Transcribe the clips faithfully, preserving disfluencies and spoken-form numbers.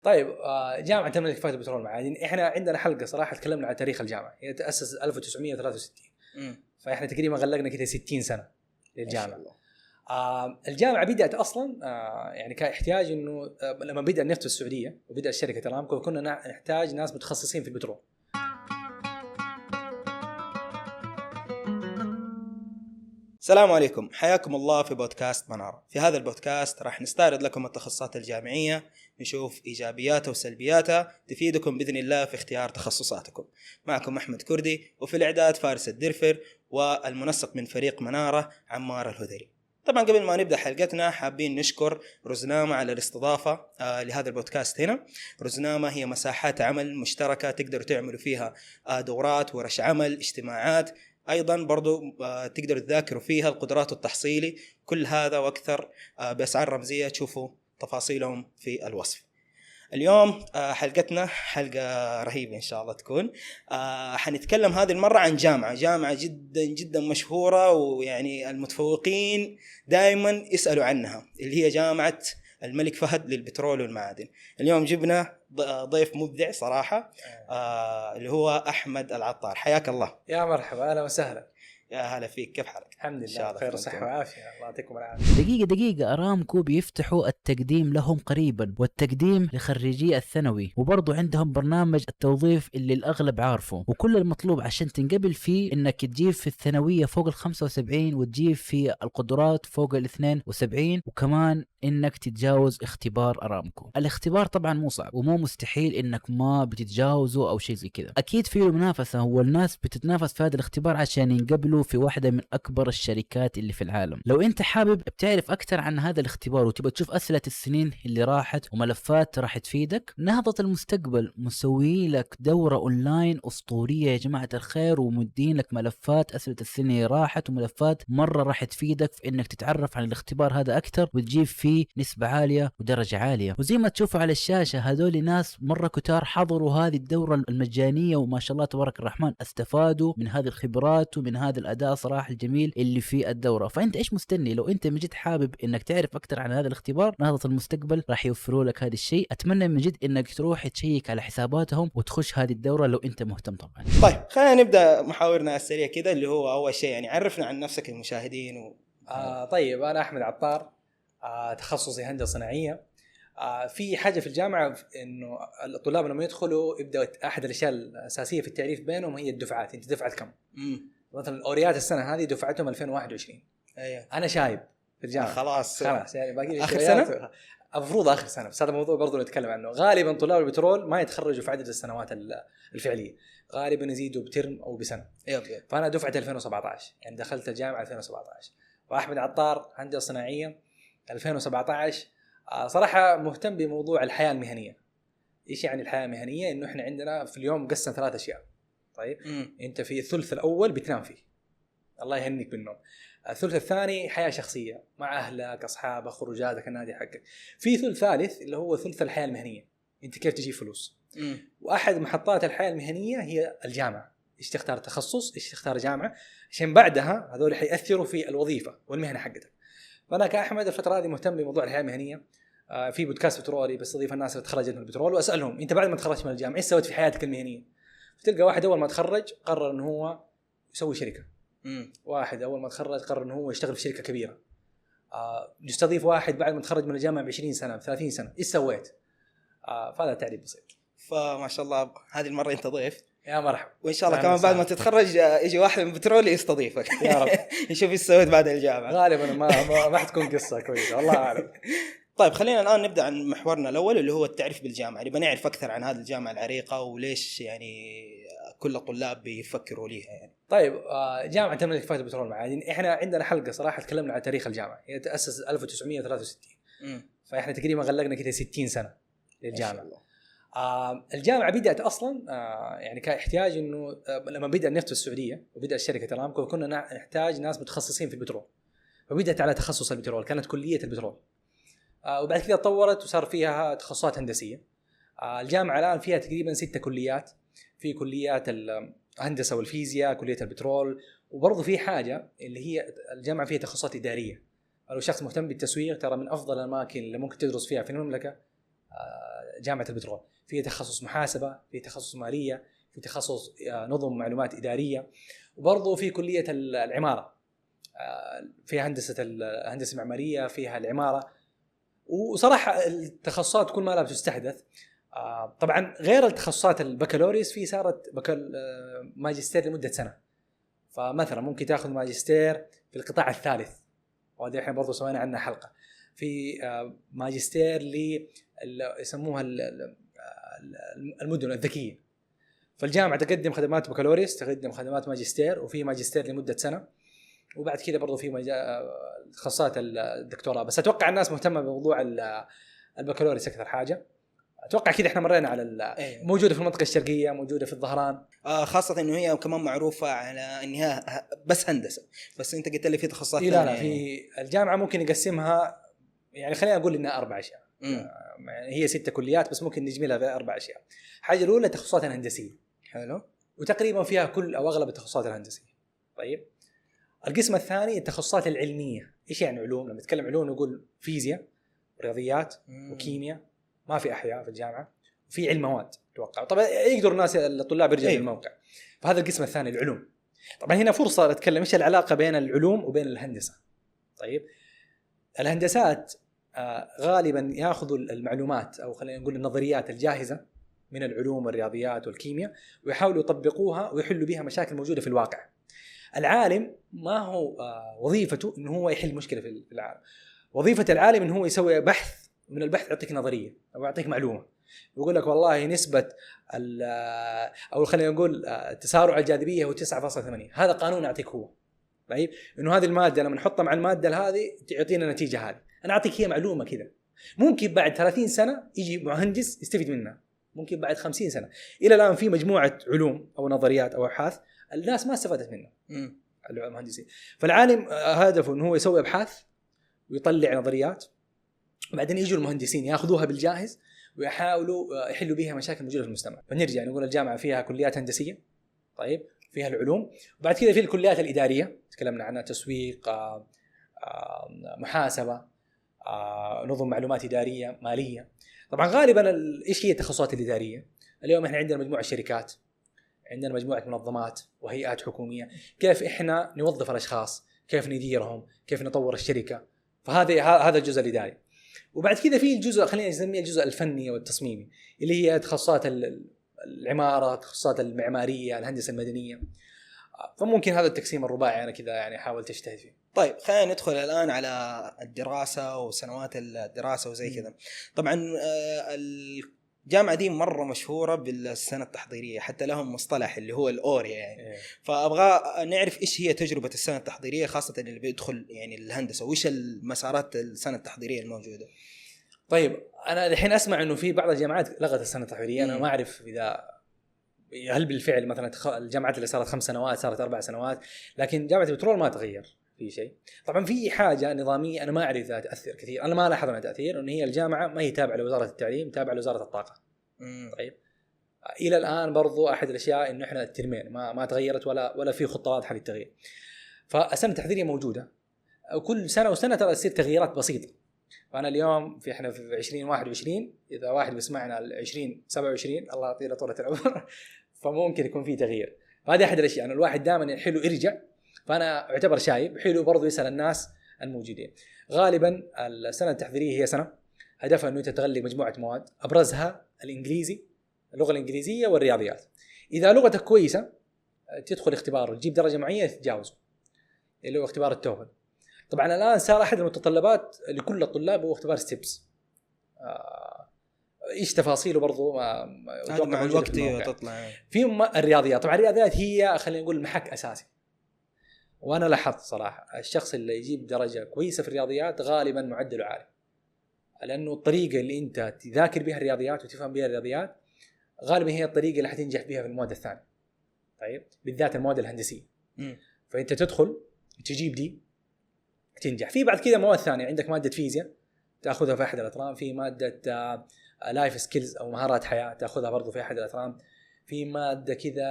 طيب آه، جامعة الملك فهد للبترول والمعادن، احنا عندنا حلقة صراحة تكلمنا عن تاريخ الجامعة. هي تأسس ألف وتسعمية وثلاثة وستين، امم فاحنا تقريبا غلقنا كده ستين سنة للجامعة. آه الجامعة بدأت أصلا آه يعني كاحتياج إنه آه لما بدأ النفط في السعودية وبدأ الشركة أرامكو كنا نحتاج ناس متخصصين في البترول. السلام عليكم، حياكم الله في بودكاست منارة. في هذا البودكاست راح نستعرض لكم التخصصات الجامعية، نشوف إيجابياتها وسلبياتها تفيدكم بإذن الله في اختيار تخصصاتكم. معكم أحمد كردي، وفي الإعداد فارس الدرفر، والمنسق من فريق منارة عمار الهذلي. طبعا قبل ما نبدأ حلقتنا حابين نشكر رزنامة على الاستضافة آه لهذا البودكاست هنا. رزنامة هي مساحات عمل مشتركة تقدروا تعملوا فيها آه دورات، ورش عمل، اجتماعات، أيضاً برضو تقدروا تذاكروا فيها القدرات والتحصيلي، كل هذا وأكثر بأسعار رمزية. تشوفوا تفاصيلهم في الوصف. اليوم حلقتنا حلقة رهيبة إن شاء الله تكون. حنتكلم هذه المرة عن جامعة جامعة جدا جدا مشهورة، ويعني المتفوقين دائما يسألوا عنها، اللي هي جامعة الملك فهد للبترول والمعادن. اليوم جبنا ضيف مبدع صراحة، آه اللي هو أحمد العطار. حياك الله. يا مرحبا، أهلا وسهلا. يا هلا فيك، كيف حالك؟ الحمد لله بخير وصحة وعافية، الله يعطيكم العافية. دقيقة دقيقة، أرامكو بيفتحوا التقديم لهم قريبا، والتقديم لخريجي الثانوي، وبرضو عندهم برنامج التوظيف اللي الأغلب عارفه، وكل المطلوب عشان تنقبل فيه إنك تجيب في الثانوية فوق الخمسة وسبعين، وتجيب في القدرات فوق الاثنين وسبعين، وكمان إنك تتجاوز اختبار أرامكو. الاختبار طبعا مو صعب ومو مستحيل إنك ما بتتجاوزه أو شيء زي كذا، أكيد فيه منافسة، هو الناس بتتنافس في هذا الاختبار عشان ينقبلوا في واحدة من أكبر الشركات اللي في العالم. لو أنت حابب بتعرف أكثر عن هذا الاختبار وتبغى تشوف أسئلة السنين اللي راحت وملفات راح تفيدك، نهضة المستقبل مسوي لك دورة أونلاين أسطورية يا جماعة الخير، ومدين لك ملفات أسئلة السنين اللي راحت وملفات مرة راح تفيدك في إنك تتعرف عن الاختبار هذا أكثر وتجيب فيه نسبة عالية ودرجة عالية. وزي ما تشوفوا على الشاشة هذول ناس مرة كتار حضروا هذه الدورة المجانية، وما شاء الله تبارك الرحمن استفادوا من هذه الخبرات ومن هذا الأداء صراحة الجميل اللي في الدورة. فأنت إيش مستني؟ لو أنت من جد حابب إنك تعرف أكثر عن هذا الاختبار، نهضة المستقبل راح يوفروا لك هذا الشيء. أتمنى من جد إنك تروح تشيك على حساباتهم وتخش هذه الدورة لو أنت مهتم طبعا. طيب خلينا نبدأ محاورنا السريع كده، اللي هو أول شيء يعني عرفنا عن نفسك المشاهدين و... آه طيب، أنا أحمد عطار، آه تخصصي هندسة صناعية. آه في حاجة في الجامعة إنه الطلاب لما يدخلوا يبدأ أحد الأشياء الأساسية في التعريف بينهم هي الدفعات. أنت دفعة كم؟ مم. مثلا أوريات السنة هذه دفعتهم ألفين وواحد وعشرين. أيه. أنا شايب في الجامعة. آه خلاص خلاص يعني باقي آخر سنة؟ المفروض آخر سنة، بس هذا موضوع برضو نتكلم عنه. غالبا طلاب البترول ما يتخرجوا في عدد السنوات الفعلية، غالبا يزيدوا بترم أو بسنة. يب. فأنا دفعة ألفين وسبعة عشر، يعني دخلت الجامعة ألفين وسبعة عشر. وأحمد عطار هندسة صناعية ألفين وسبعة عشر. صراحة مهتم بموضوع الحياة المهنية. إيش يعني الحياة المهنية؟ إنه إحنا عندنا في اليوم قسم ثلاث أشياء. طيب مم. أنت في الثلث الأول بتنام فيه، الله يهنيك بالنوم. الثلث الثاني حياة شخصية مع أهلك، أصحابك، خروجاتك، النادي حقك. في ثلث ثالث اللي هو ثلث الحياة المهنية، أنت كيف تجيب فلوس. مم. وأحد محطات الحياة المهنية هي الجامعة. إيش تختار تخصص، إيش تختار جامعة، عشان بعدها هذول حيأثروا في الوظيفة والمهنة حقتك. فأنا كأحمد الفترة هذه مهتم بموضوع الحياة المهنية. آه في بودكاست بترولي بستضيف الناس اللي تخرجت من البترول وأسألهم أنت بعد ما تخرجت من الجامعة إيش سويت في حياتك المهنية. فتلقى واحد أول ما تخرج قرر إنه هو يسوي شركة. مم. واحد أول ما تخرج قرر إنه هو يشتغل في شركة كبيرة. آه يستضيف واحد بعد ما تخرج من الجامعة بعشرين سنة بثلاثين سنة إيش سويت. آه فهذا تعريف بسيط. فما شاء الله هذه المرة أنت ضيف. يا مرحبا. وإن شاء الله كمان بعد ما تتخرج يجي واحد من بترول يستضيفك يا رب. نشوف إيش سويت بعد الجامعة. غالبا ما ما, ما حتكون قصة كويسة والله أعلم. طيب خلينا الآن نبدأ عن محورنا الأول اللي هو التعريف بالجامعة. نبغى نعرف أكثر عن هذه الجامعة العريقة وليش يعني كل الطلاب بيفكروا ليها يعني. طيب آه جامعة الملك فهد للبترول والمعادن، إحنا عندنا حلقة صراحة تكلمنا عن تاريخ الجامعة. هي تأسس ألف وتسعمية وثلاثة وستين، امم فإحنا تقريبا غلقنا كده ستين سنة للجامعة. آه الجامعة بدأت أصلا آه يعني كاحتياج إنه آه لما بدأ النفط في السعودية وبدأ الشركة أرامكو كنا نحتاج ناس متخصصين في البترول، فبدأت على تخصص البترول، كانت كلية البترول. آه وبعد كده تطورت وصار فيها تخصصات هندسية. آه الجامعة الآن فيها تقريبا ستة كليات، في كليات الهندسة والفيزياء، كلية البترول، وبرضه في حاجة اللي هي الجامعة فيها تخصصات إدارية. لو شخص مهتم بالتسويق ترى من أفضل الأماكن اللي ممكن تدرس فيها في المملكة جامعة البترول، في تخصص محاسبة، في تخصص مالية، في تخصص نظم معلومات إدارية، وبرضه في كلية العمارة فيها هندسة الهندسة المعمارية، فيها العمارة. وصراحة التخصصات كل ما لا بتستحدث. طبعا غير التخصصات البكالوريوس في صارت بكال ماجستير لمدة سنة. فمثلا ممكن تأخذ ماجستير في القطاع الثالث، وهذا احنا برضو سوينا عنها حلقة. في ماجستير اللي يسموها المدن الذكية، فالجامعة تقدم خدمات بكالوريوس، تقدم خدمات ماجستير، وفي ماجستير لمدة سنة، وبعد كده برضو في مجا... تخصصات الدكتوراه. بس أتوقع الناس مهتمة بموضوع البكالوريوس أكثر حاجة. أتوقع كده إحنا مرينا على ال... أيه. موجودة في المنطقة الشرقية، موجودة في الظهران، آه خاصة إنه هي كمان معروفة على إنها بس هندسة. بس أنت قلت لي في تخصصات إيه لا لا في الجامعة ممكن نقسمها، يعني خلينا نقول إنها أربع أشياء. يعني هي ستة كليات بس ممكن نجملها في أربع أشياء. حاجة الأولى التخصصات الهندسية، حلو، وتقريبا فيها كل أو أغلب التخصصات الهندسية. طيب القسم الثاني التخصصات العلمية. إيش يعني علوم؟ لما نتكلم علوم نقول فيزياء ورياضيات وكيمياء، ما في أحياء في الجامعة، وفي علم مواد توقع. طبعا يقدر الناس الطلاب يرجعوا للموقع. فهذا القسم الثاني العلوم. طبعا هنا فرصة نتكلم إيش العلاقة بين العلوم وبين الهندسة. طيب الهندسات آه غالبا ياخذوا المعلومات او خلينا نقول النظريات الجاهزة من العلوم والرياضيات والكيمياء، ويحاولوا يطبقوها ويحلوا بها مشاكل موجودة في الواقع. العالم ما هو آه وظيفته انه هو يحل مشكلة في العالم. وظيفة العالم انه هو يسوي بحث، من البحث يعطيك نظرية او يعطيك معلومة، يقول لك والله نسبة او خلينا نقول تسارع الجاذبية هو تسعة فاصلة ثمانية، هذا قانون يعطيك هو. طيب انه هذه المادة لما نحطها مع المادة هذه تعطينا النتيجة هذه. انا اعطيك هي معلومة كذا، ممكن بعد ثلاثين سنة يجي مهندس يستفيد منها، ممكن بعد خمسين سنة. الى الان في مجموعة علوم او نظريات او ابحاث الناس ما استفادت منها المهندسين. فالعالم هدفه انه هو يسوي ابحاث ويطلع نظريات، بعدين يجوا المهندسين ياخذوها بالجاهز ويحاولوا يحلوا بها مشاكل موجوده في المجتمع. فنرجع نقول الجامعه فيها كليات هندسيه، طيب فيها العلوم، وبعد كذا في الكليات الاداريه تكلمنا عنها، تسويق، آآ آآ محاسبه، نظم معلومات اداريه، ماليه. طبعا غالبا ايش هي التخصصات الاداريه؟ اليوم احنا عندنا مجموعه شركات، عندنا مجموعه منظمات وهيئات حكوميه، كيف احنا نوظف الاشخاص، كيف نديرهم، كيف نطور الشركه. فهذا هذا الجزء الاداري. وبعد كذا في الجزء خلينا نسميه الجزء الفني والتصميمي، اللي هي تخصصات العمارة، تخصصات المعمارية، الهندسة المدنية. فممكن هذا التقسيم الرباعي أنا كذا يعني حاولت أجتهد فيه. طيب خلينا ندخل الآن على الدراسة وسنوات الدراسة وزي كذا. طبعا الجامعة دي مرة مشهورة بالسنة التحضيرية، حتى لهم مصطلح اللي هو الأوريا يعني. إيه. فأبغى نعرف إيش هي تجربة السنة التحضيرية، خاصة اللي بيدخل يعني الهندسة، وإيش المسارات السنة التحضيرية الموجودة. طيب أنا الحين أسمع إنه في بعض الجامعات لغت السنة التحضيرية. أنا ما أعرف إذا هل بالفعل مثلا الجامعات اللي صارت خمس سنوات صارت أربع سنوات، لكن جامعة البترول ما تغير في شيء. طبعا في حاجة نظامية أنا ما أعرف إذا تأثر كثير، أنا ما لاحظ أنها تأثير، إن هي الجامعة ما هي تابعة لوزارة التعليم، تابعة لوزارة الطاقة. مم. طيب إلى الآن برضو أحد الأشياء إنه إحنا الترمين ما ما تغيرت ولا ولا في خطة واضحة للتغيير. فالسنة التحضيرية موجودة، وكل سنة وسنة ترى تصير تغييرات بسيطة. فأنا اليوم في إحنا في عشرين واحد وعشرين، إذا واحد بيسمعنا عشرين سبعة وعشرين الله يطيله طولة العمر فممكن يكون في تغيير. فهذه أحد الأشياء، أنا الواحد دائما حلو يرجع. فأنا أعتبر شايب حلو برضو يسأل الناس الموجودين. غالبا السنة التحضيرية هي سنة هدفها أنه تتغلب مجموعة مواد، أبرزها الإنجليزي، اللغة الإنجليزية والرياضيات. إذا لغتك كويسة تدخل اختبار وتجيب درجة معينة تتجاوزه، اللي هو اختبار التوفل. طبعا الآن صار أحد المتطلبات لكل الطلاب هو اختبار ستيبس. آه إيش تفاصيله برضو مع الوقت تطلع في الرياضيات. طبعا الرياضيات هي خلينا نقول محك أساسي، وأنا لاحظت صراحة الشخص اللي يجيب درجة كويسة في الرياضيات غالبا معدله عالي، لأنه الطريقة اللي أنت تذاكر بها الرياضيات وتفهم بها الرياضيات غالبا هي الطريقة اللي حتنجح بها في المواد الثانية. طيب بالذات المواد الهندسية. م. فأنت تدخل تجيب دي تنجح. في بعد كده مواد ثانية، عندك مادة فيزياء تأخذها في أحد الأطرام، في مادة لايف سكيلز أو مهارات حياة تأخذها برضو في أحد الأطرام، في مادة كذا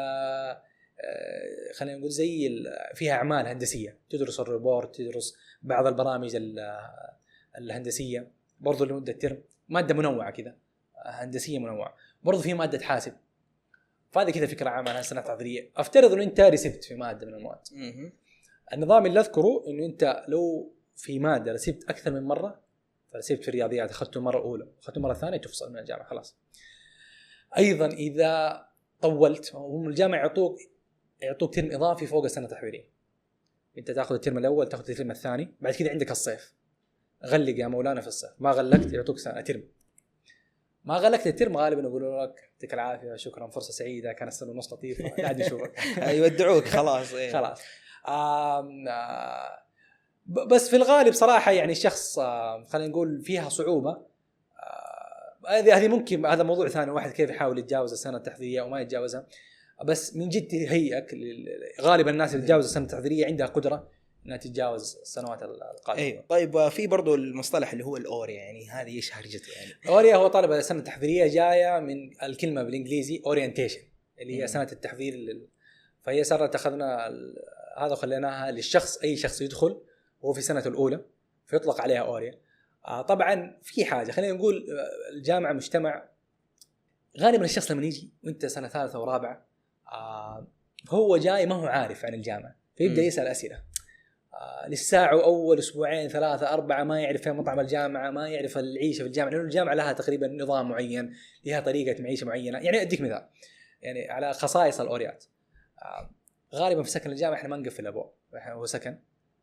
خلينا نقول زي فيها أعمال هندسية، تدرس الروبورت، تدرس بعض البرامج الهندسية برضو لمدة ترم. مادة منوعة كذا، هندسيه منوعه. برضو في ماده حاسب، فهذه كذا فكره عامه عن السنه التحضيريه. افترض انه انت رسبت في ماده من المواد، النظام اللي اذكره انه انت لو في ماده رسبت اكثر من مره، فرسبت في الرياضيات اخذته مره اولى اخذته مره ثانيه، تفصل من الجامعه خلاص. ايضا اذا طولت، هم الجامعه يعطوك يعطوك ترم اضافي فوق السنه التحضيريه، انت تاخذ الترم الاول تاخذ الترم الثاني، بعد كده عندك الصيف. غلق يا مولانا في الصيف، ما غلقت يعطوك سنه ترم، ما غلقت الترم غالبا يقولوا لك يعطيك العافيه شكرا فرصه سعيده كان السنه ونص لطيفه قاعد نشوفك يودعوك خلاص. إيه. خلاص. آم آم بس في الغالب صراحه يعني الشخص خلينا نقول فيها صعوبه. هذه هذه ممكن هذا موضوع ثاني، واحد كيف يحاول يتجاوز السنه التحضيريه وما يتجاوزها. بس من جد هيئك غالبا الناس اللي تتجاوز السنه التحضيريه عندها قدره انها تتجاوز السنوات القادمه. ايوه. طيب في برضو المصطلح اللي هو الاوريا، يعني هذه ايش هرجته يعني؟ اوريا هو طالب السنه التحضيريه جايه من الكلمه بالانجليزي اورينتيشن اللي هي سنه التحضير لل... فهي صارت اخذنا ال... هذا خليناها للشخص، اي شخص يدخل وهو في سنته الاولى فيطلق عليها اوريا. آه طبعا في حاجه خلينا نقول الجامعه مجتمع، غالبا الشخص لما يجي وانت سنه ثالثه ورابعه آه هو جاي ما هو عارف عن الجامعه، فيبدا يسال اسئله آه للساعه اول اسبوعين ثلاثه اربعه ما يعرف فين مطعم الجامعه، ما يعرف العيشه في الجامعه، لانه الجامعه لها تقريبا نظام معين، لها طريقه معيشه معينه. يعني اديك مثال يعني على خصائص الاوريات. آه غالبا في سكن الجامعه احنا ما نقفل الابواب، هو سكن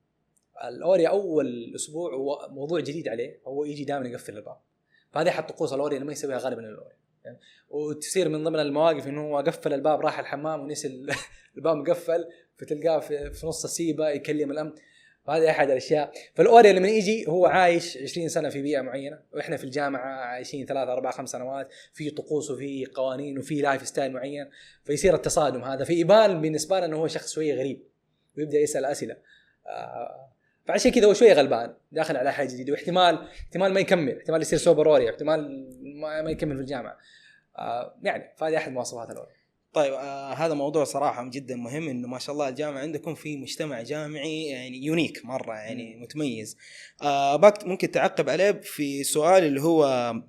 الاوريا اول اسبوع هو موضوع جديد عليه، هو يجي دائما يقفل الباب. فهذه حط طقوس الاوريا اللي ما يسويها غالبا الاوريا يعني. وتصير من ضمن المواقف انه هو قفل الباب راح الحمام ونسي الباب مقفل، فتلقاه في, في نص السيبه يكلم الامن. فهذه احد الاشياء. فالاوريا لما يجي هو عايش عشرين سنه في بيئه معينه، واحنا في الجامعه عايشين ثلاثة أربعة خمس سنوات في طقوس وفي قوانين وفي لايف ستايل معين، فيصير التصادم هذا فيبان بالنسبه لنا انه هو شخص شويه غريب ويبدا يسال اسئله. آه فعشان كذا هو شويه غلبان داخل على حاجه جديده، واحتمال احتمال ما يكمل، احتمال يصير سوبر اوريا، احتمال ما يكمل في الجامعه. آه يعني فهذه احد مواصفات الاوريا. طيب آه هذا موضوع صراحه جدا مهم، انه ما شاء الله الجامعه عندكم في مجتمع جامعي يعني يونيك مره يعني م. متميز. آه ممكن تعقب عليه في سؤال اللي هو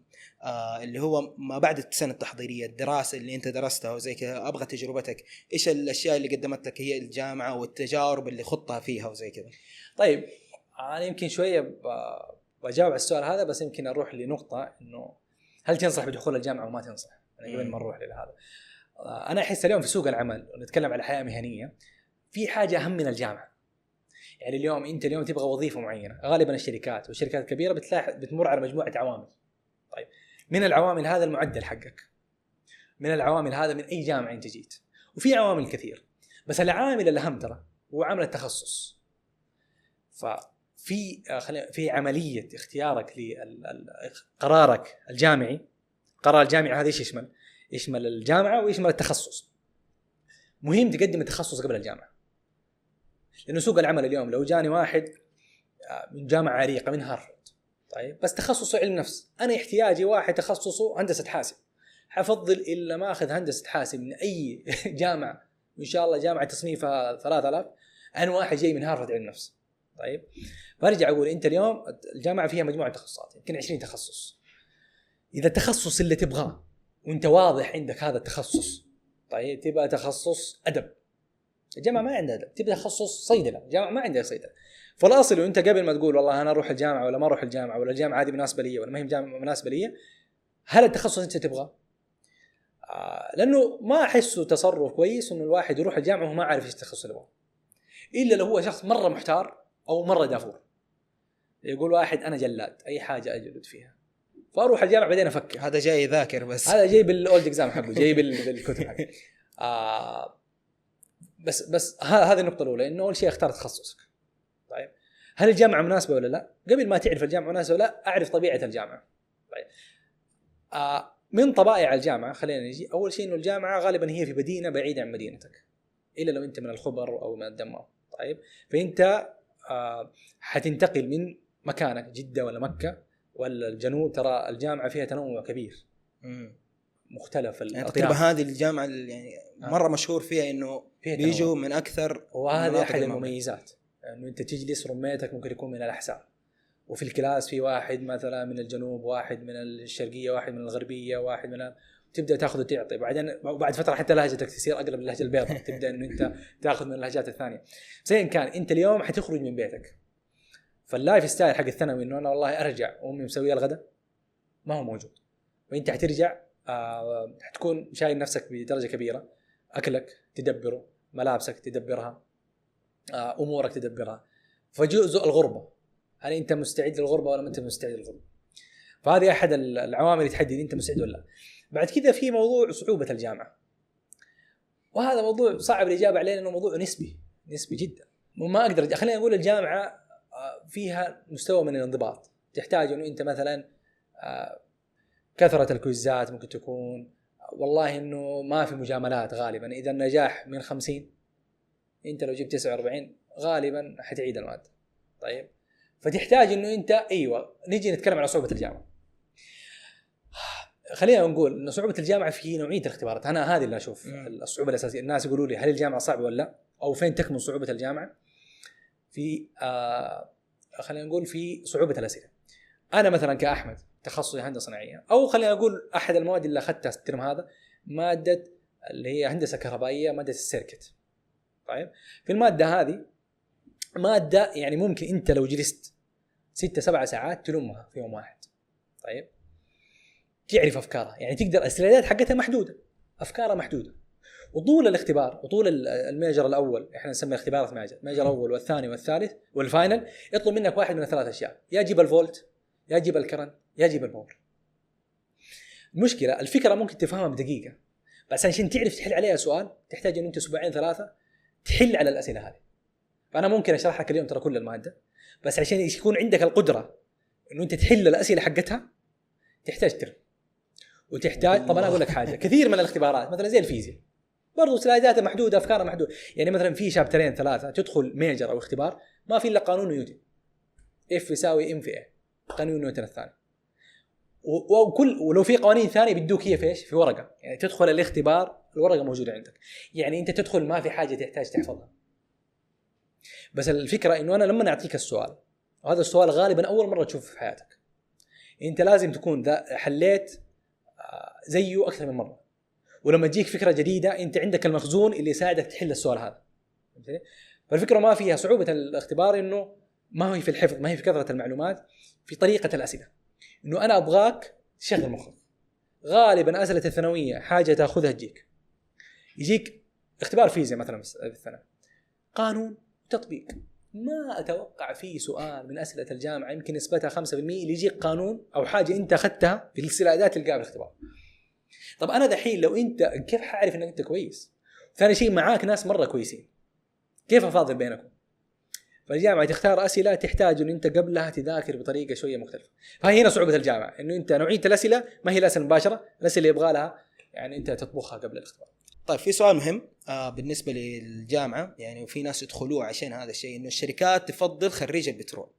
آه اللي هو ما بعد السنه التحضيريه، الدراسه اللي انت درستها وزي كذا، ابغى تجربتك، ايش الاشياء اللي قدمت لك هي الجامعه والتجارب اللي خضتها فيها وزي كذا؟ طيب انا يمكن شويه بجاوب على السؤال هذا، بس يمكن اروح لنقطه انه هل تنصح بدخول الجامعه وما تنصح. انا قبل ما نروح لهذا، انا احس اليوم في سوق العمل ونتكلم على حياه مهنيه في حاجه اهم من الجامعه. يعني اليوم انت اليوم تبغى وظيفه معينه، غالبا الشركات والشركات الكبيره بتلاحظ بتمر على مجموعه عوامل. طيب من العوامل هذا المعدل حقك، من العوامل هذا من اي جامعه انت جيت، وفي عوامل كثير، بس العامل الاهم ترى هو عامل التخصص. ففي في عمليه اختيارك لقرارك الجامعي، قرار الجامعي هذا ايش يشمل؟ يشمل الجامعه ويشمل التخصص. مهم تقدم التخصص قبل الجامعه، لانه سوق العمل اليوم لو جاني واحد من جامعه عريقه من هارفارد طيب بس تخصصه علم نفس، انا احتياجي واحد تخصصه هندسه حاسب، حفضل الا ما اخذ هندسه حاسب من اي جامعه، وان شاء الله جامعه تصنيفها ثلاثة آلاف، انا واحد جاي من هارفارد علم نفس. طيب برجع اقول انت اليوم الجامعه فيها مجموعه تخصصات يمكن عشرين تخصص، اذا التخصص اللي تبغاه وانت واضح عندك هذا التخصص، طيب تبقى تخصص ادب، الجامعه ما عندها ادب، تبقى تخصص صيدله، الجامعه ما عندها صيدله. فالاصل وانت قبل ما تقول والله انا اروح الجامعه ولا ما اروح الجامعه، ولا الجامعه هذه مناسبه لي ولا ما هي جامعه مناسبه لي، هل التخصص انت تبغاه؟ آه لانه ما احسه تصرف كويس انه الواحد يروح الجامعه وهو ما عارف ايش التخصص اللي يبغاه، الا لو هو شخص مره محتار او مره دافور. يقول واحد انا جلاد اي حاجه اجلد فيها، فاروح الجامعه بعدين افكر. هذا جاي ذاكر بس، هذا جاي بالاولد اكزام حقه، جاي بالكتب حقه. آه بس بس هذه النقطه الاولى، انه اول شيء اختار تخصصك. طيب هل الجامعه مناسبه ولا لا؟ قبل ما تعرف الجامعه مناسبه ولا لا، اعرف طبيعه الجامعه. طيب آه من طبائع الجامعه خلينا نجي اول شيء انه الجامعه غالبا هي في مدينه بعيده عن مدينتك، الا لو انت من الخبر او من الدمام. طيب فانت آه حتنتقل من مكانك جده ولا مكه ولا الجنوب، ترى الجامعه فيها تنوع كبير امم مختلف. يعني تقريبا هذه الجامعه يعني مره مشهور فيها انه بيجوا من اكثر، وهذا احد المميزات انه يعني انت تجلس رميتك ممكن يكون من الاحساء، وفي الكلاس في واحد مثلا من الجنوب، واحد من الشرقيه، واحد من الغربيه، واحد من، تبدا تاخذ وتعطي. بعدين بعد فتره حتى لهجتك تصير اقرب للهجه البيضاء، تبدا انه انت تاخذ من اللهجات الثانيه. زي إن كان انت اليوم حتخرج من بيتك، فاللايف ستايل حق الثانوي انه انا والله ارجع وامي مسويه الغداء ما هو موجود، وانت حترجع آه حتكون شايل نفسك بدرجه كبيره، اكلك تدبره، ملابسك تدبرها، آه امورك تدبرها. فجزء الغربه، هل انت مستعد للغربه ولا ما انت مستعد للغربه؟ فهذه احد العوامل اللي تحدد انت مستعد ولا لا. بعد كذا في موضوع صعوبه الجامعه، وهذا موضوع صعب الاجابه عليه لانه موضوع نسبي نسبي جدا. وما اقدر خلينا نقول الجامعه فيها مستوى من الانضباط، تحتاج انه انت مثلا كثره الكويزات ممكن تكون والله انه ما في مجاملات غالبا. اذا النجاح من خمسين، انت لو جبت تسعة وأربعين غالبا حتعيد الماده. طيب فتحتاج انه انت ايوه نيجي نتكلم على صعوبه الجامعه. خلينا نقول ان صعوبه الجامعه في نوعيه الاختبارات. انا هذه اللي اشوف الصعوبه الاساسيه. الناس يقولوا لي هل الجامعه صعبه ولا لا، او فين تكمن صعوبه الجامعه؟ في آه خلينا نقول في صعوبه الاسئله. انا مثلا كاحمد تخصصي هندسه صناعيه، او خلينا نقول احد المواد اللي اخذتها الترم هذا ماده اللي هي هندسه كهربائيه، ماده السيركت. طيب في الماده هذه ماده يعني ممكن انت لو جلست ستة سبعة ساعات تلمها في يوم واحد. طيب تعرف افكارها، يعني تقدر السلايدات حقتها محدوده، افكارها محدوده. وطول الاختبار وطول الميجر الاول، احنا نسمي اختبارات ميجر، الميجر الاول والثاني والثالث والفاينل، يطلب منك واحد من الثلاث اشياء، يا جيب الفولت، يا جيب الكرنت، يا جيب الباور. المشكله الفكره ممكن تفهمها بدقيقه، بس عشان تعرف تحل عليها سؤال تحتاج ان انت اسبوعين ثلاثه تحل على الاسئله هذه. فانا ممكن اشرح لك اليوم ترى كل الماده، بس عشان يكون عندك القدره انه انت تحل الاسئله حقتها تحتاج ترم، وتحتاج طبعا اقول لك حاجه، كثير من الاختبارات مثلا زي الفيزياء برضو سلايداتها محدوده، افكارها محدوده. يعني مثلا في شابترين ثلاثه تدخل ميجر او اختبار ما في الا قانون نيوتن، اف يساوي ام في اي، قانون نيوتن الثاني. وكل ولو في قوانين ثانيه بيدوك هي في ايش؟ في ورقه. يعني تدخل الاختبار الورقه موجوده عندك، يعني انت تدخل ما في حاجه تحتاج تحفظها. بس الفكره انه انا لما نعطيك السؤال، وهذا السؤال غالبا اول مره تشوفه في حياتك، انت لازم تكون ذا حليت زيه اكثر من مره. ولما تجيك فكره جديده انت عندك المخزون اللي يساعدك تحل السؤال هذا. فالفكره ما فيها صعوبه الاختبار، انه ما هي في الحفظ، ما هي في كثره المعلومات، في طريقه الاسئله. انه انا ابغاك تشغل مخك. غالبا اسئله الثانويه حاجه تاخذها تجيك يجيك اختبار فيزياء مثلا في الثانوي، قانون تطبيق، ما اتوقع فيه سؤال من اسئله الجامعه يمكن نسبتها خمسة بالمئة اللي يجيك قانون او حاجه انت اخذتها في السلايدات تلقاها في الاختبار. طب انا دحين لو انت كيف حاعرف انك انت كويس؟ ثاني شيء معاك ناس مره كويسين، كيف افاضل بينكم؟ فالجامعه تختار اسئله تحتاج ان انت قبلها تذاكر بطريقه شويه مختلفه. فهي هنا صعوبه الجامعه، انه انت نوعيه الاسئله ما هي الاسئله المباشره، الاسئله اللي يبغى لها يعني انت تطبخها قبل الاختبار. طيب في سؤال مهم آه بالنسبه للجامعه، يعني وفي ناس يدخلوه عشان هذا الشيء، انه الشركات تفضل خريج البترول.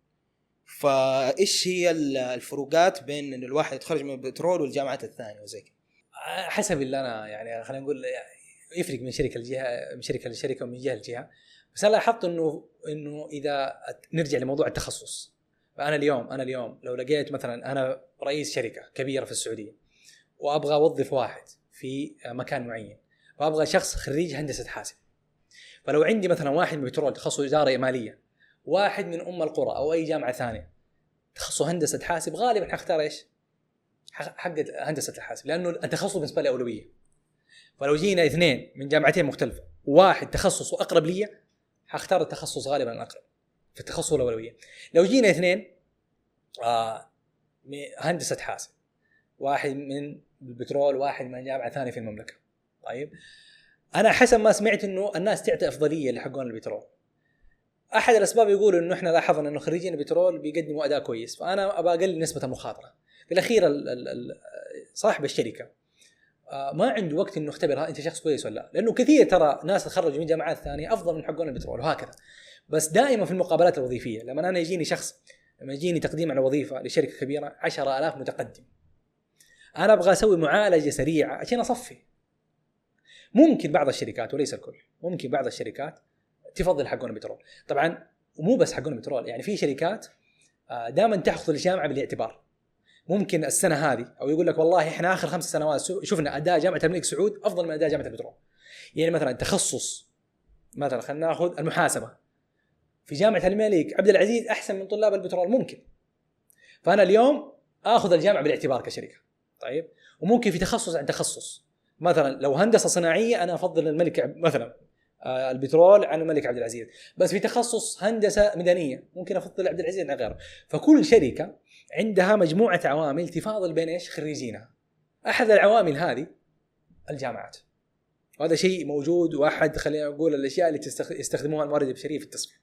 فايش هي الفروقات بين انه الواحد يتخرج من البترول والجامعات الثانيه وزي كده؟ حسب اللي انا يعني خلينا نقول يفرق من شركه لجهه، من شركه لشركه ومن جهه لجهه. بس انا لاحظت انه انه اذا نرجع لموضوع التخصص، فانا اليوم انا اليوم لو لقيت مثلا انا رئيس شركه كبيره في السعوديه وابغى اوظف واحد في مكان معين، وابغى شخص خريج هندسه حاسب، فلو عندي مثلا واحد من بترول تخصص اداره ماليه، واحد من ام القرى او اي جامعه ثانيه تخصص هندسه حاسب، غالبا حختار ايش؟ حق هندسه الحاسب، لانه التخصص بالنسبه لي اولويه. فلو جينا اثنين من جامعتين مختلفه وواحد تخصصه اقرب لي، حختار التخصص غالبا الاقرب في التخصص الاولويه. لو جينا اثنين آه هندسه حاسب، واحد من البترول واحد من جامعه ثانيه في المملكه، طيب انا حسب ما سمعت انه الناس تعطي افضليه لحقون البترول. احد الاسباب يقولوا انه احنا لاحظنا انه خريجين البترول بيقدموا اداء كويس، فانا ابغى اقلل نسبه المخاطره. في الاخير صاحب الشركه ما عنده وقت انه يختبرها انت شخص كويس ولا لا، لانه كثير ترى ناس تخرجوا من جامعات ثانيه افضل من حقون البترول وهكذا. بس دائما في المقابلات الوظيفيه لما انا يجيني شخص، لما يجيني تقديم على وظيفه لشركه كبيره عشرة آلاف متقدم، انا ابغى اسوي معالجه سريعه عشان اصفي. ممكن بعض الشركات وليس الكل، ممكن بعض الشركات تفضل حقون البترول طبعا، ومو بس حقون البترول، يعني في شركات دائما تاخذ الجامعه بالاعتبار. ممكن السنه هذه او يقول لك والله احنا اخر خمس سنوات شفنا اداء جامعه الملك سعود افضل من اداء جامعه البترول. يعني مثلا تخصص مثلا خلينا ناخذ المحاسبه في جامعه الملك عبد العزيز احسن من طلاب البترول ممكن. فانا اليوم اخذ الجامعه بالاعتبار كشركه. طيب وممكن في تخصص عن تخصص، مثلا لو هندسه صناعيه انا افضل الملك مثلا البترول عن الملك عبد العزيز، بس في تخصص هندسه مدنيه ممكن افضل عبد العزيز عن غيره. فكل شركه عندها مجموعه عوامل تفاضل بين ايش خريجينها. احد العوامل هذه الجامعات، وهذا شيء موجود واحد خلينا نقول الاشياء اللي يستخدموها الموارد البشريه في التصفيه.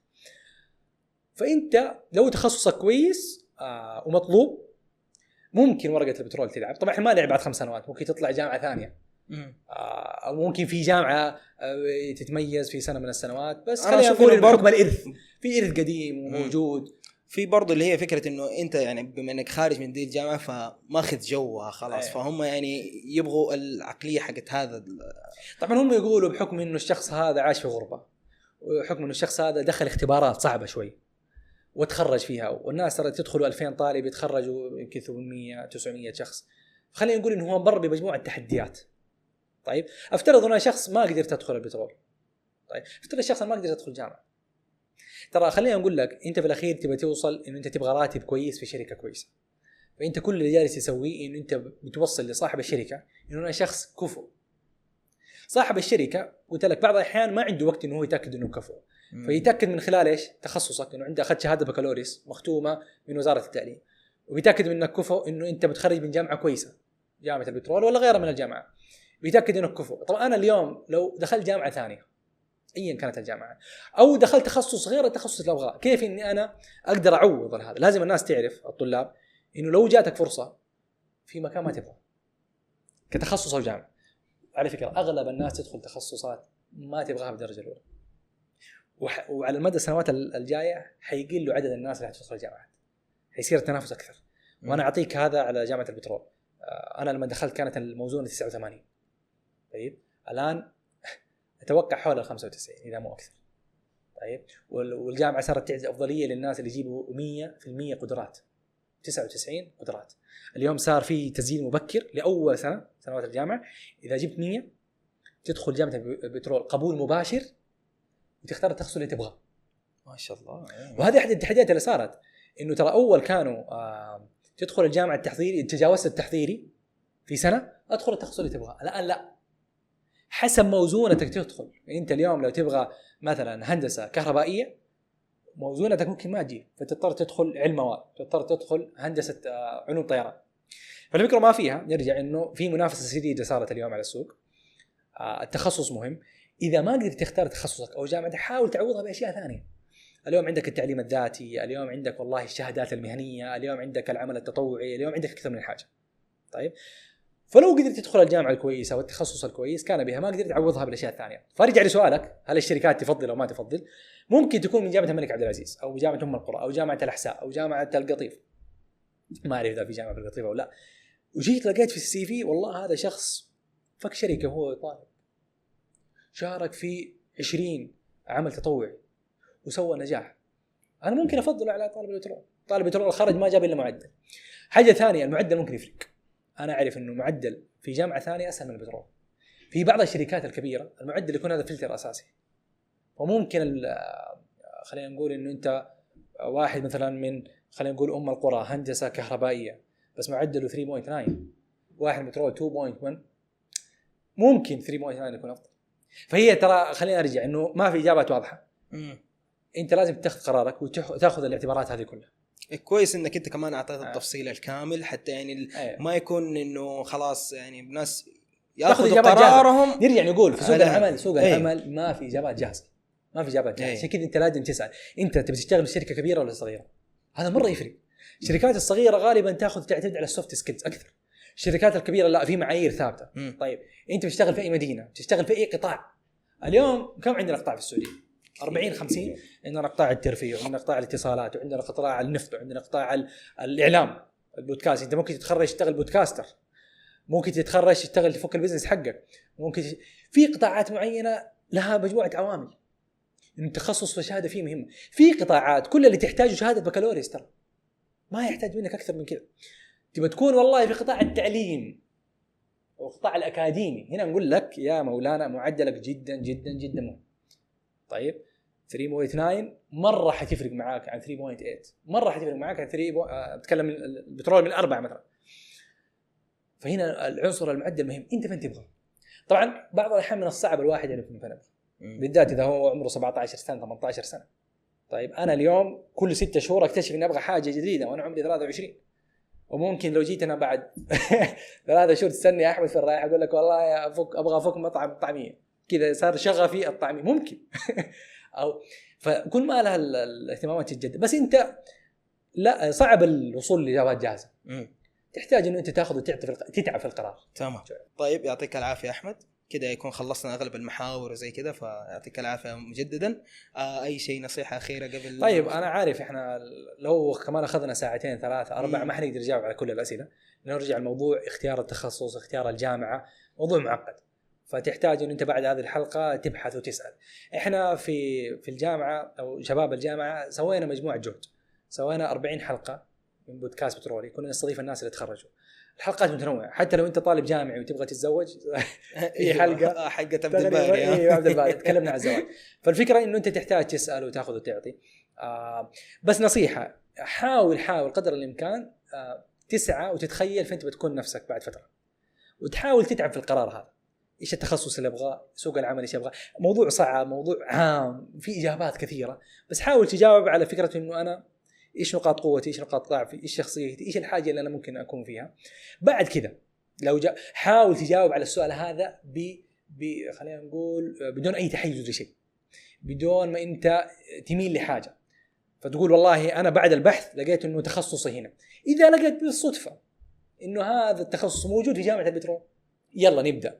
فانت لو تخصصك كويس آه ومطلوب ممكن ورقه البترول تلعب. طبعا ما لعب بعد خمس سنوات، ممكن تطلع جامعه ثانيه او ممكن في جامعه تتميز في سنه من السنوات. بس خلينا نقول بحكم الارث في ارث قديم وموجود. في برضو اللي هي فكره انه انت يعني بما انك خارج من دي الجامعه فماخذ جوها خلاص. أيه. فهم يعني يبغوا العقليه حقت هذا. طبعا هم يقولوا بحكم انه الشخص هذا عاش في غربه، وحكم انه الشخص هذا دخل اختبارات صعبه شوي وتخرج فيها، والناس ترى تدخلوا ألفين طالب يتخرجوا يمكن ثمانمية تسعمية شخص. خلينا نقول انه هو مر بمجموعه تحديات. طيب افترض انه شخص ما قدر تدخل البترول. طيب افترض الشخص ما قدر يدخل جامعه. ترى خلينا نقول لك انت في الاخير تبغى توصل انه انت تبغى راتب كويس في شركه كويسه. فانت كل اللي جالس يسويه انه انت بتوصل لصاحب الشركه انه انا شخص كفؤ. صاحب الشركه قلت لك بعض الاحيان ما عنده وقت انه هو يتاكد انه كفؤ، فيتاكد من خلال ايش تخصصك انه عندك اخذت شهاده بكالوريوس مختومه من وزاره التعليم، وبيتاكد منك كفؤ انه انت متخرج من جامعه كويسه جامعه البترول ولا غيرها من الجامعات، بيتاكد انك كفؤ. طبعا انا اليوم لو دخلت جامعه ثانيه ايا كانت الجامعه او دخلت تخصص غير التخصص اللي ابغاه، كيف اني انا اقدر اعوض هذا؟ لازم الناس تعرف الطلاب انه لو جاتك فرصه في مكان ما تبغى كتخصص او جامعه، على فكره اغلب الناس تدخل تخصصات ما تبغاها بالدرجه الاولى، وعلى المدى السنوات الجايه حيقل عدد الناس اللي حتدخل الجامعات، حيصير التنافس اكثر. وانا اعطيك هذا على جامعه البترول. انا لما دخلت كانت الموزونه تسعة وثمانين، طيب الان اتوقع حول الخمسة وتسعين اذا مو اكثر. طيب والجامعه صارت تعطي افضليه للناس اللي يجيبوا مية بالمية قدرات، تسعة وتسعين قدرات. اليوم صار في تسجيل مبكر لاول سنه سنوات الجامعه، اذا جبت مية تدخل جامعه البترول قبول مباشر وتختار التخصص اللي تبغاه. ما شاء الله. وهذه احد التحديات اللي صارت، انه ترى اول كانوا آه تدخل الجامعه التحضيري، تجاوزت التحضيري في سنه ادخل التخصص اللي تبغاه. الان لا، حسب موزونتك تدخل. انت اليوم لو تبغى مثلا هندسه كهربائيه موزونتك ممكن ما تجي، فتضطر تدخل علم مواد، تضطر تدخل هندسه آه علوم طيران. فالفكره ما فيها، نرجع انه في منافسه شديده صارت اليوم على السوق. آه التخصص مهم. اذا ما قدرت تختار تخصصك او جامعه حاول تعوضها باشياء ثانيه. اليوم عندك التعليم الذاتي، اليوم عندك والله الشهادات المهنيه، اليوم عندك العمل التطوعي، اليوم عندك اكثر من حاجه. طيب فلو قدرت تدخل الجامعه الكويسه والتخصص الكويس كان بها، ما قدرت تعوضها بالاشياء الثانيه. فرجع لسؤالك، هل الشركات تفضل او ما تفضل؟ ممكن تكون من جامعه الملك عبد العزيز او جامعه ام القرى او جامعه الاحساء او جامعه القطيف، ما اعرف اذا في جامعه في القطيف او لا، وجيت لقيت في السي في والله هذا شخص فك شركه هو طالب، شارك في عشرين عمل تطوعي وسوى نجاح، انا ممكن افضله على طالب البترول. طالب البترول خرج ما جاب الا معدل. حاجه ثانيه، المعدل ممكن يفرق. انا اعرف انه معدل في جامعه ثانيه اسهل من البترول. في بعض الشركات الكبيره المعدل يكون هذا فلتر اساسي، وممكن خلينا نقول انه انت واحد مثلا من خلينا نقول ام القرى هندسه كهربائيه بس معدله ثلاثة فاصلة تسعة، واحد بترول اثنين فاصلة واحد، ممكن ثلاثة فاصلة تسعة يكون افضل. فهي ترى خلينا ارجع انه ما في اجابات واضحه. مم. انت لازم تاخذ قرارك وتاخذ الاعتبارات هذه كلها. كويس انك انت كمان اعطيت آه. التفصيل الكامل حتى يعني أيوة. ما يكون انه خلاص يعني الناس ياخذوا قرارهم. نرجع نقول في سوق العمل، سوق أيوة. العمل ما في اجابات جاهزه، ما في اجابات جاهزه. عشان كذا انت لازم تسال، انت تبي تشتغل في شركه كبيره ولا صغيره؟ هذا مره يفرق. الشركات الصغيره غالبا تاخذ تعتمد على السوفت سكيلز اكثر. الشركات الكبيره لا، في معايير ثابته. م. طيب انت بتشتغل في اي مدينه، بتشتغل في اي قطاع؟ اليوم كم عندنا قطاع في السعوديه؟ أربعين خمسين. عندنا قطاع الترفيه، وعندنا قطاع الاتصالات، وعندنا قطاع النفط، وعندنا قطاع الاعلام، البودكاست. انت ممكن تتخرج تشتغل بودكاستر، ممكن تتخرج تشتغل تفك البزنس حقك، ممكن ت... في قطاعات معينه لها مجموعه عوامل. التخصص والشهاده فيه مهمه. في قطاعات كل اللي تحتاجه شهاده بكالوريوس ترى. ما يحتاج منك اكثر من كذا. تبى تكون والله في قطاع التعليم او قطاع الاكاديمي، هنا نقول لك يا مولانا معدلك جدا جدا جدا مهم. طيب ثلاثة فاصلة تسعة مره حتفرق معاك عن ثلاثة فاصلة ثمانية، مره حتفرق معاك عن ثلاثة اتكلم البترول من أربعة مثلا. فهنا العنصر المعدل مهم، انت فين تبغى. طبعا بعض الاحيان من الصعب الواحد يعرف من فين، بالذات اذا هو عمره سبعة عشر سنه ثمانية عشر سنه. طيب انا اليوم كل ستة شهور اكتشف اني ابغى حاجه جديده وانا عمري ثلاثة وعشرين، وممكن لو جيت انا بعد ثلاثة شهور تستني يا احمد في الرايح اقول لك والله يا افك ابغى افك مطعم طعميه كذا، صار شغفي الطعمي ممكن او فكل ما لها الاهتمامات الجديده. بس انت لا صعب الوصول لاجابات جاهزه، تحتاج انه انت تاخذ وتعطي تتعب في القرار. تمام. طيب يعطيك العافيه احمد، كده يكون خلصنا اغلب المحاور وزي كده، فيعطيك العافيه مجددا. آه اي شيء نصيحه اخيره قبل؟ طيب انا عارف احنا لو كمان اخذنا ساعتين ثلاثه اربعه ما حنقدر نجاوب على كل الاسئله، نرجع الموضوع اختيار التخصص اختيار الجامعه موضوع معقد، فتحتاج ان انت بعد هذه الحلقه تبحث وتسال. احنا في في الجامعه او شباب الجامعه سوينا مجموعه جهد، سوينا أربعين حلقه من بودكاست بترولي، كنا نستضيف الناس اللي تخرجوا. الحلقات متنوعه، حتى لو انت طالب جامعي وتبغى تتزوج في حلقه حلقه عبد الباري ايوه عبد الباري تكلمنا عن الزواج. فالفكره انه انت تحتاج تسال وتاخذ وتعطي. آه بس نصيحه، حاول حاول قدر الامكان آه تسعى وتتخيل فين تبغى تكون نفسك بعد فتره، وتحاول تتعب في القرار هذا. ايش التخصص اللي ابغاه، سوق العمل ايش يبغى. موضوع صعب، موضوع عام، في اجابات كثيره، بس حاول تجاوب على فكره انه انا ايش نقاط قوتي، ايش نقاط ضعفي، ايش شخصيتي، ايش الحاجه اللي انا ممكن اكون فيها. بعد كذا لو جا... حاول تجاوب على السؤال هذا ب... ب... خلينا نقول بدون اي تحيز لشيء، بدون ما انت تميل لحاجه، فتقول والله انا بعد البحث لقيت انه تخصصي هنا. اذا لقيت بالصدفه انه هذا التخصص موجود في جامعه البترول، يلا نبدا.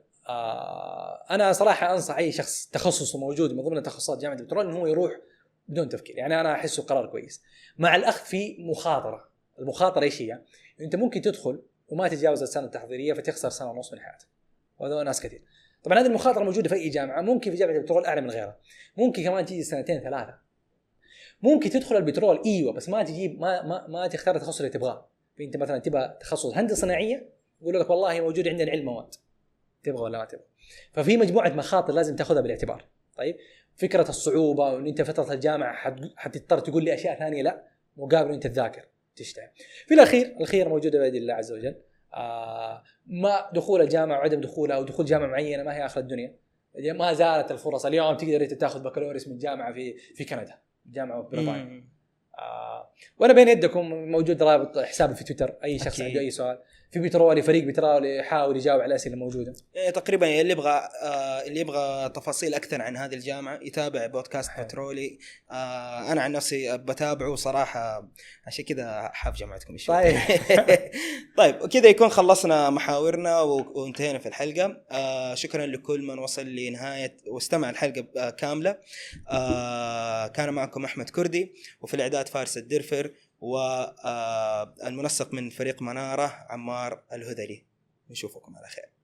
آه انا صراحه انصح اي شخص تخصصه موجود من ضمن تخصصات جامعه البترول انه هو يروح بدون تفكير. يعني انا احسه قرار كويس مع الاخذ في مخاطره. المخاطره ايش هي؟ انت ممكن تدخل وما تتجاوز السنه التحضيريه فتخسر سنه ونص من حياتك، وهذا ناس كثير. طبعا هذه المخاطره موجوده في اي جامعه، ممكن في جامعه البترول اعلى من غيرها، ممكن كمان تيجي سنتين ثلاثه. ممكن تدخل البترول ايوه بس ما تجيب ما ما, ما تختار التخصص اللي تبغاه. فانت مثلا تبغى تخصص هندسه صناعيه يقول لك والله موجود عندنا علم مواد، تبغى ولا ما تبغى. ففي مجموعه مخاطر لازم تاخذها بالاعتبار. طيب فكره الصعوبه وان انت فتره الجامعه حتضطر تقول لي اشياء ثانيه، لا مقابل انت تذاكر تشتغل. في الاخير الخير موجوده بيد الله عز وجل. آه ما دخول الجامعه وعدم دخولها او دخول جامعه معينه ما هي اخر الدنيا، ما زالت الفرص. اليوم تقدر تاخذ بكالوريوس من جامعه في في كندا، جامعه بريطانيا. آه وانا بين يدكم موجود رابط حسابي في تويتر، اي شخص عنده اي سؤال في بترولي فريق بترولي يحاول يجاوب على الاسئله الموجوده. إيه تقريبا اللي يبغى آه اللي يبغى تفاصيل اكثر عن هذه الجامعه يتابع بودكاست حي. بترولي. آه انا عن نفسي بتابعه صراحه، عشان كذا حاب جامعتكم شوي. طيب طيب وكذا يكون خلصنا محاورنا وانتهينا في الحلقه. آه شكرا لكل من وصل لنهايه واستمع الحلقه كامله. آه كان معكم احمد كردي، وفي الاعداد فارس الدرفر، والمنسق من فريق منارة عمار الهذلي. نشوفكم على خير.